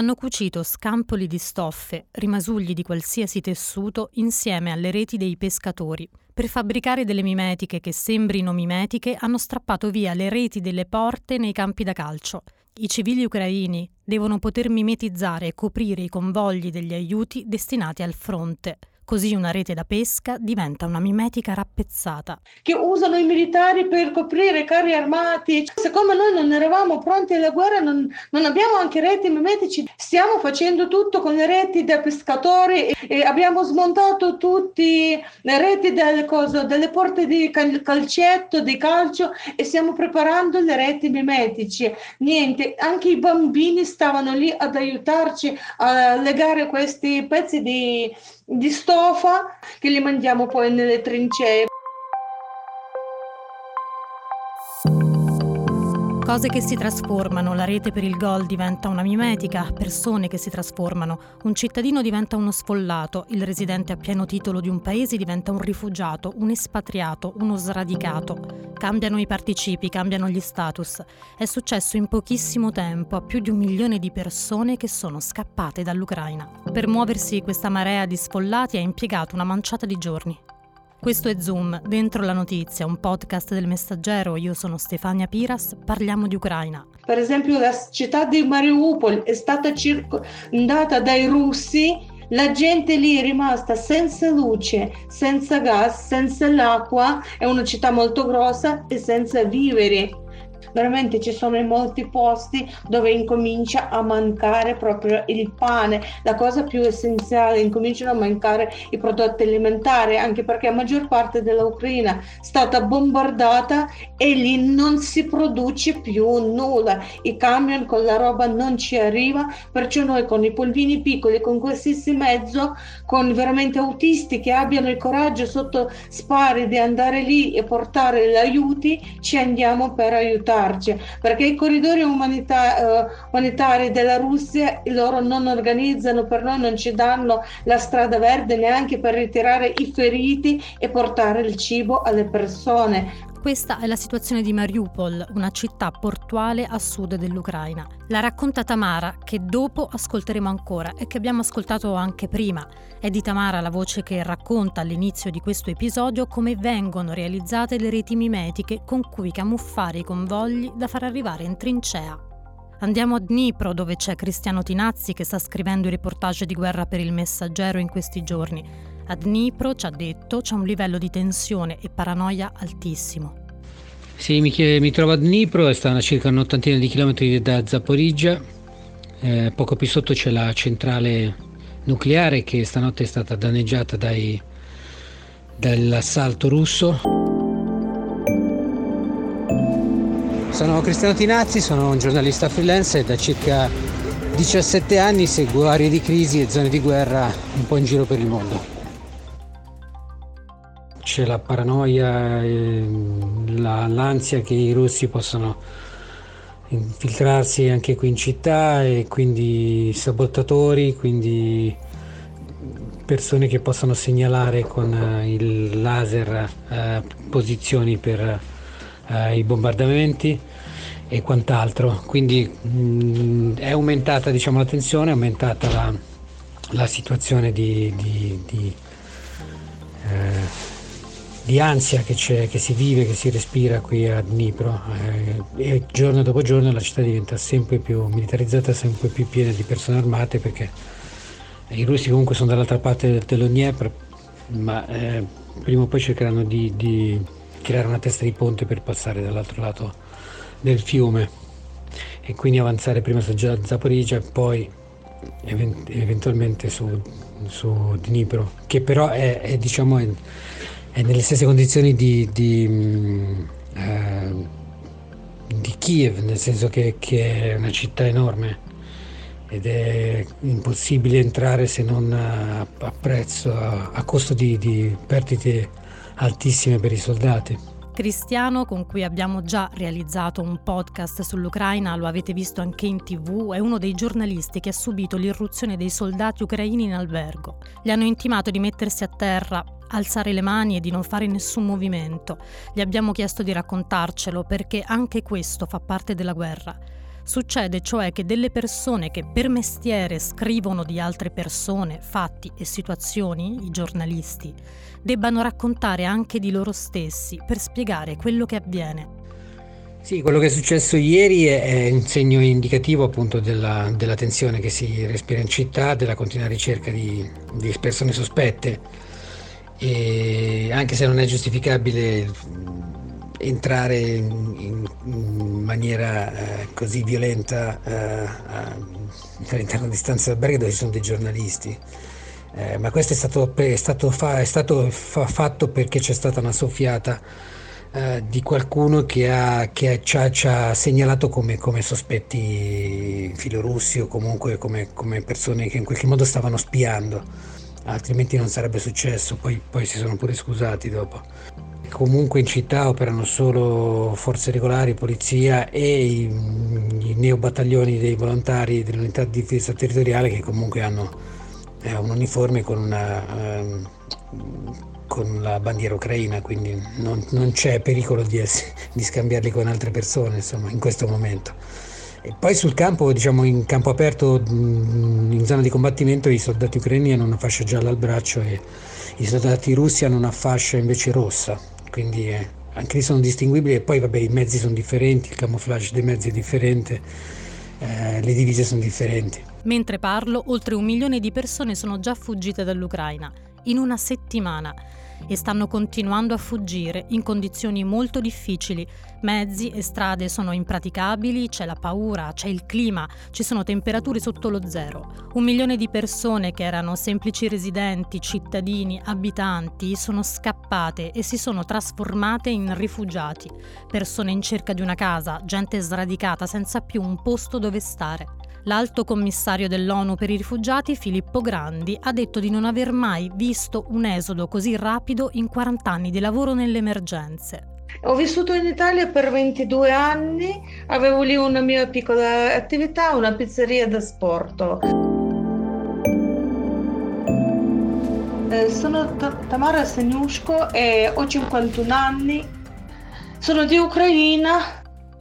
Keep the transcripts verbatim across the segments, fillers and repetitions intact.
hanno cucito scampoli di stoffe, rimasugli di qualsiasi tessuto insieme alle reti dei pescatori. Per fabbricare delle mimetiche che sembrino mimetiche hanno strappato via le reti delle porte nei campi da calcio. I civili ucraini devono poter mimetizzare e coprire i convogli degli aiuti destinati al fronte. Così una rete da pesca diventa una mimetica rappezzata. Che usano i militari per coprire i carri armati. Siccome noi non eravamo pronti alla guerra, non, non abbiamo anche reti mimetici, stiamo facendo tutto con le reti da pescatori e, e abbiamo smontato tutte le reti delle, cose, delle porte di cal- calcetto, di calcio e stiamo preparando le reti mimetici. Niente, anche i bambini stavano lì ad aiutarci a legare questi pezzi di di stoffa che li mandiamo poi nelle trincee. Cose che si trasformano, la rete per il gol diventa una mimetica, persone che si trasformano, un cittadino diventa uno sfollato, il residente a pieno titolo di un paese diventa un rifugiato, un espatriato, uno sradicato. Cambiano i participi, cambiano gli status. È successo in pochissimo tempo a più di un milione di persone che sono scappate dall'Ucraina. Per muoversi questa marea di sfollati ha impiegato una manciata di giorni. Questo è Zoom, Dentro la Notizia, un podcast del Messaggero. Io sono Stefania Piras, parliamo di Ucraina. Per esempio la città di Mariupol è stata circondata dai russi, la gente lì è rimasta senza luce, senza gas, senza l'acqua, è una città molto grossa e senza viveri. Veramente ci sono in molti posti dove incomincia a mancare proprio il pane, la cosa più essenziale, incominciano a mancare i prodotti alimentari, anche perché la maggior parte dell'Ucraina è stata bombardata e lì non si produce più nulla, i camion con la roba non ci arriva, perciò noi con i pulvini piccoli, con qualsiasi mezzo, con veramente autisti che abbiano il coraggio sotto spari di andare lì e portare gli aiuti, ci andiamo per aiutare. Perché i corridoi umanita- uh, umanitari della Russia loro non organizzano, per noi non ci danno la strada verde neanche per ritirare i feriti e portare il cibo alle persone. Questa è la situazione di Mariupol, una città portuale a sud dell'Ucraina. La racconta Tamara, che dopo ascolteremo ancora e che abbiamo ascoltato anche prima. È di Tamara la voce che racconta all'inizio di questo episodio come vengono realizzate le reti mimetiche con cui camuffare i convogli da far arrivare in trincea. Andiamo a Dnipro, dove c'è Cristiano Tinazzi che sta scrivendo i reportage di guerra per il Messaggero in questi giorni. A Dnipro, ci ha detto, c'è un livello di tensione e paranoia altissimo. Sì, mi, mi trovo a Dnipro e sta a circa un'ottantina di chilometri da Zaporizhzhia. Eh, poco più sotto c'è la centrale nucleare che stanotte è stata danneggiata dai, dall'assalto russo. Sono Cristiano Tinazzi, sono un giornalista freelance e da circa diciassette anni seguo aree di crisi e zone di guerra un po' in giro per il mondo. C'è la paranoia, e la, l'ansia che i russi possano infiltrarsi anche qui in città e quindi sabotatori, quindi persone che possono segnalare con il laser eh, posizioni per eh, i bombardamenti e quant'altro. Quindi mh, è aumentata, diciamo, la tensione, è aumentata la, la situazione di, di, di eh, di ansia che c'è, che si vive, che si respira qui a Dnipro, eh, e giorno dopo giorno la città diventa sempre più militarizzata, sempre più piena di persone armate, perché i russi comunque sono dall'altra parte dello Dniepr, ma eh, prima o poi cercheranno di, di creare una testa di ponte per passare dall'altro lato del fiume e quindi avanzare prima su Zaporizhzhia e poi event- eventualmente su, su Dnipro, che però è, è diciamo è, è nelle stesse condizioni di, di, eh, di Kiev, nel senso che, che è una città enorme ed è impossibile entrare se non a, a prezzo, a, a costo di, di perdite altissime per i soldati. Cristiano, con cui abbiamo già realizzato un podcast sull'Ucraina, lo avete visto anche in tivù, è uno dei giornalisti che ha subito l'irruzione dei soldati ucraini in albergo. Gli hanno intimato di mettersi a terra, alzare le mani e di non fare nessun movimento. Gli abbiamo chiesto di raccontarcelo perché anche questo fa parte della guerra. Succede cioè che delle persone che per mestiere scrivono di altre persone, fatti e situazioni, i giornalisti, debbano raccontare anche di loro stessi per spiegare quello che avviene. Sì, quello che è successo ieri è, è un segno indicativo appunto della, della tensione che si respira in città, della continua ricerca di, di persone sospette, e anche se non è giustificabile entrare in, in maniera eh, così violenta eh, all'interno di stanze alberghe dove ci sono dei giornalisti. Eh, ma questo è stato, è stato, fa, è stato fa, fatto perché c'è stata una soffiata eh, di qualcuno che, ha, che ci, ha, ci ha segnalato come, come sospetti filorussi o comunque come, come persone che in qualche modo stavano spiando, altrimenti non sarebbe successo. Poi, poi si sono pure scusati dopo. Comunque in città operano solo forze regolari, polizia e i, i neobattaglioni dei volontari dell'unità di difesa territoriale, che comunque hanno eh, un uniforme con, una, ehm, con la bandiera ucraina, quindi non, non c'è pericolo di, essere, di scambiarli con altre persone, insomma, in questo momento. E poi sul campo, diciamo in campo aperto, in zona di combattimento, i soldati ucraini hanno una fascia gialla al braccio e i soldati russi hanno una fascia invece rossa, quindi eh, anche lì sono distinguibili. E poi vabbè, i mezzi sono differenti, il camouflage dei mezzi è differente, eh, le divise sono differenti. Mentre parlo, oltre un milione di persone sono già fuggite dall'Ucraina in una settimana e stanno continuando a fuggire in condizioni molto difficili. Mezzi e strade sono impraticabili, c'è la paura, c'è il clima, ci sono temperature sotto lo zero. Un milione di persone che erano semplici residenti, cittadini, abitanti, sono scappate e si sono trasformate in rifugiati. Persone in cerca di una casa, gente sradicata senza più un posto dove stare. L'alto commissario dell'ONU per i rifugiati, Filippo Grandi, ha detto di non aver mai visto un esodo così rapido in quaranta anni di lavoro nelle emergenze. Ho vissuto in Italia per ventidue anni, avevo lì una mia piccola attività, una pizzeria da sport. Eh, sono T- Tamara Seniushko e ho cinquantuno anni, sono di Ucraina.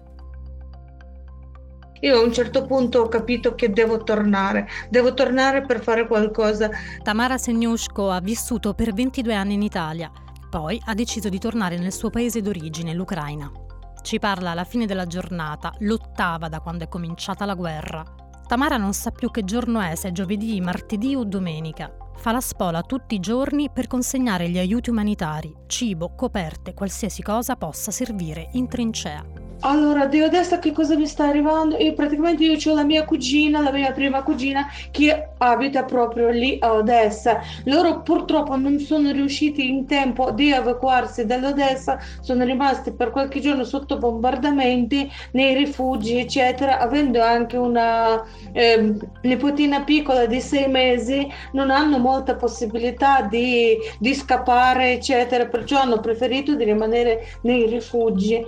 Io a un certo punto ho capito che devo tornare, devo tornare per fare qualcosa. Tamara Seniushko ha vissuto per ventidue anni in Italia, poi ha deciso di tornare nel suo paese d'origine, l'Ucraina. Ci parla alla fine della giornata, l'ottava da quando è cominciata la guerra. Tamara non sa più che giorno è, se è giovedì, martedì o domenica. Fa la spola tutti i giorni per consegnare gli aiuti umanitari, cibo, coperte, qualsiasi cosa possa servire in trincea. Allora, di Odessa che cosa mi sta arrivando? Io praticamente io ho la mia cugina, la mia prima cugina che abita proprio lì a Odessa. Loro purtroppo non sono riusciti in tempo di evacuarsi dall'Odessa, sono rimasti per qualche giorno sotto bombardamenti nei rifugi, eccetera, avendo anche una eh, nipotina piccola di sei mesi, non hanno molta possibilità di, di scappare, eccetera, perciò hanno preferito di rimanere nei rifugi.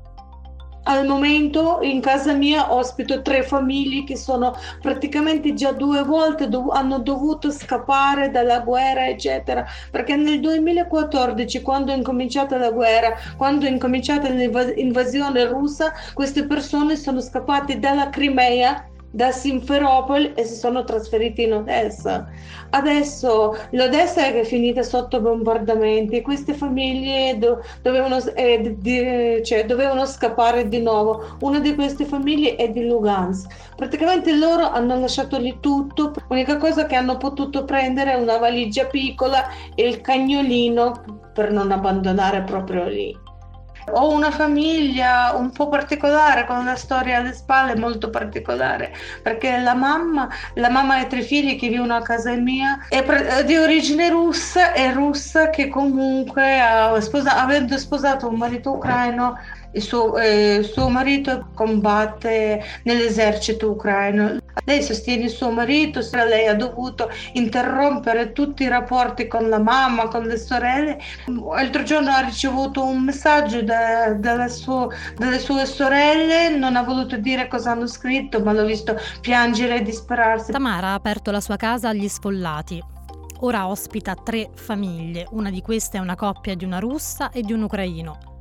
Al momento in casa mia ospito tre famiglie che sono praticamente già due volte dov- hanno dovuto scappare dalla guerra, eccetera, perché nel duemilaquattordici, quando è incominciata la guerra, quando è incominciata l'invasione russa, queste persone sono scappate dalla Crimea, da Simferopol, e si sono trasferiti in Odessa. Adesso l'Odessa è finita sotto bombardamenti, queste famiglie do- dovevano, eh, di, cioè, dovevano scappare di nuovo. Una di queste famiglie è di Lugansk. Praticamente loro hanno lasciato lì tutto, l'unica cosa che hanno potuto prendere è una valigia piccola e il cagnolino per non abbandonare proprio lì. Ho una famiglia un po' particolare, con una storia alle spalle molto particolare, perché la mamma, la mamma e tre figli che vivono a casa mia è pre- di origine russa, è russa che comunque ha sposa- avendo sposato un marito ucraino, il suo, eh, suo marito combatte nell'esercito ucraino. Lei sostiene il suo marito, lei ha dovuto interrompere tutti i rapporti con la mamma, con le sorelle. L'altro giorno ha ricevuto un messaggio da, dalla suo, dalle sue sorelle, non ha voluto dire cosa hanno scritto, ma l'ho visto piangere e disperarsi. Tamara ha aperto la sua casa agli sfollati. Ora ospita tre famiglie, una di queste è una coppia di una russa e di un ucraino.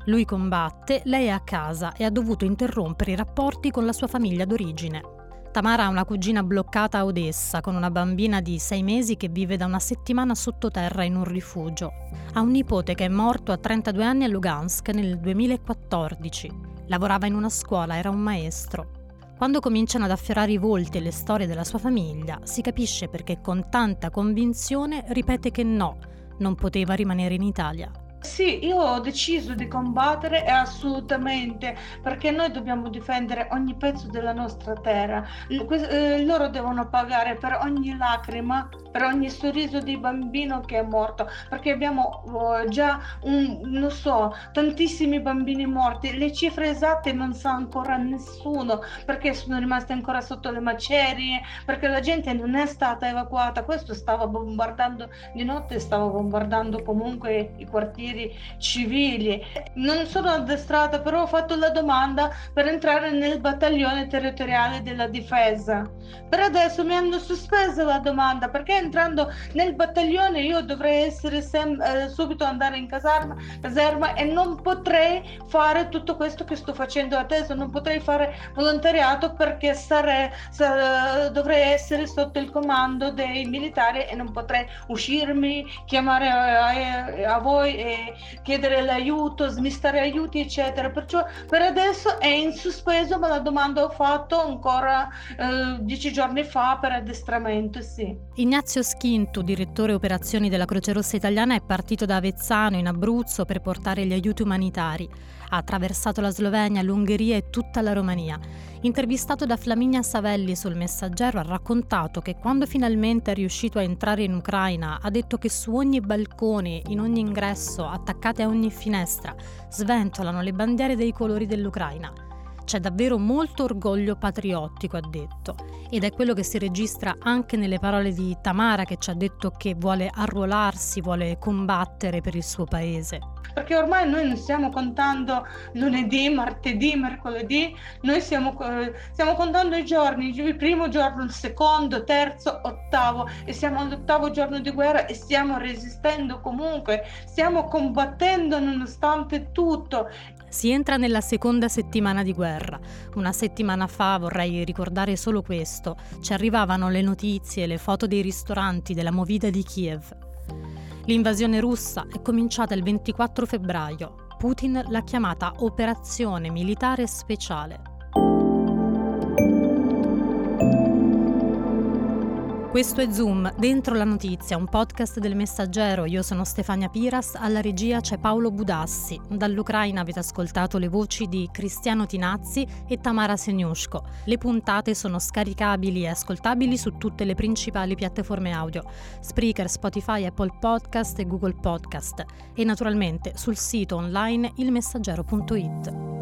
Lui combatte, lei è a casa e ha dovuto interrompere i rapporti con la sua famiglia d'origine. Tamara ha una cugina bloccata a Odessa con una bambina di sei mesi che vive da una settimana sottoterra in un rifugio. Ha un nipote che è morto a trentadue anni a Lugansk nel duemilaquattordici. Lavorava in una scuola, era un maestro. Quando cominciano ad affiorare i volti e le storie della sua famiglia, si capisce perché con tanta convinzione ripete che no, non poteva rimanere in Italia. Sì, io ho deciso di combattere e assolutamente, perché noi dobbiamo difendere ogni pezzo della nostra terra. L- que- eh, loro devono pagare per ogni lacrima, per ogni sorriso di bambino che è morto, perché abbiamo oh, già un, non so, tantissimi bambini morti. Le cifre esatte non sa ancora nessuno, perché sono rimasti ancora sotto le macerie, perché la gente non è stata evacuata. Questo stava bombardando di notte, stava bombardando comunque i quartieri civili. Non sono addestrata, però ho fatto la domanda per entrare nel battaglione territoriale della difesa. Per adesso mi hanno sospesa la domanda, perché entrando nel battaglione io dovrei essere sem- eh, subito andare in caserma, caserma e non potrei fare tutto questo che sto facendo adesso, non potrei fare volontariato perché sare- sa- dovrei essere sotto il comando dei militari e non potrei uscirmi, chiamare a, a, a voi e chiedere l'aiuto, smistare aiuti eccetera. Perciò per adesso è in sospeso, ma la domanda ho fatto ancora eh, dieci giorni fa per addestramento. Sì. Ignazio Schintu, direttore operazioni della Croce Rossa Italiana, è partito da Avezzano in Abruzzo per portare gli aiuti umanitari. Ha attraversato la Slovenia, l'Ungheria e tutta la Romania. Intervistato da Flaminia Savelli sul Messaggero, ha raccontato che quando finalmente è riuscito a entrare in Ucraina ha detto che su ogni balcone, in ogni ingresso, attaccate a ogni finestra, sventolano le bandiere dei colori dell'Ucraina. C'è davvero molto orgoglio patriottico, ha detto, ed è quello che si registra anche nelle parole di Tamara, che ci ha detto che vuole arruolarsi, vuole combattere per il suo paese. Perché ormai noi non stiamo contando lunedì, martedì, mercoledì, noi stiamo, stiamo contando i giorni, il primo giorno, il secondo, terzo, ottavo, e siamo all'ottavo giorno di guerra e stiamo resistendo comunque, stiamo combattendo nonostante tutto. Si entra nella seconda settimana di guerra. Una settimana fa, vorrei ricordare solo questo, ci arrivavano le notizie, le foto dei ristoranti della movida di Kiev. L'invasione russa è cominciata il ventiquattro febbraio. Putin l'ha chiamata operazione militare speciale. Questo è Zoom, dentro la notizia, un podcast del Messaggero. Io sono Stefania Piras, alla regia c'è Paolo Budassi. Dall'Ucraina avete ascoltato le voci di Cristiano Tinazzi e Tamara Seniushko. Le puntate sono scaricabili e ascoltabili su tutte le principali piattaforme audio: Spreaker, Spotify, Apple Podcast e Google Podcast, e naturalmente sul sito online il messaggero punto it.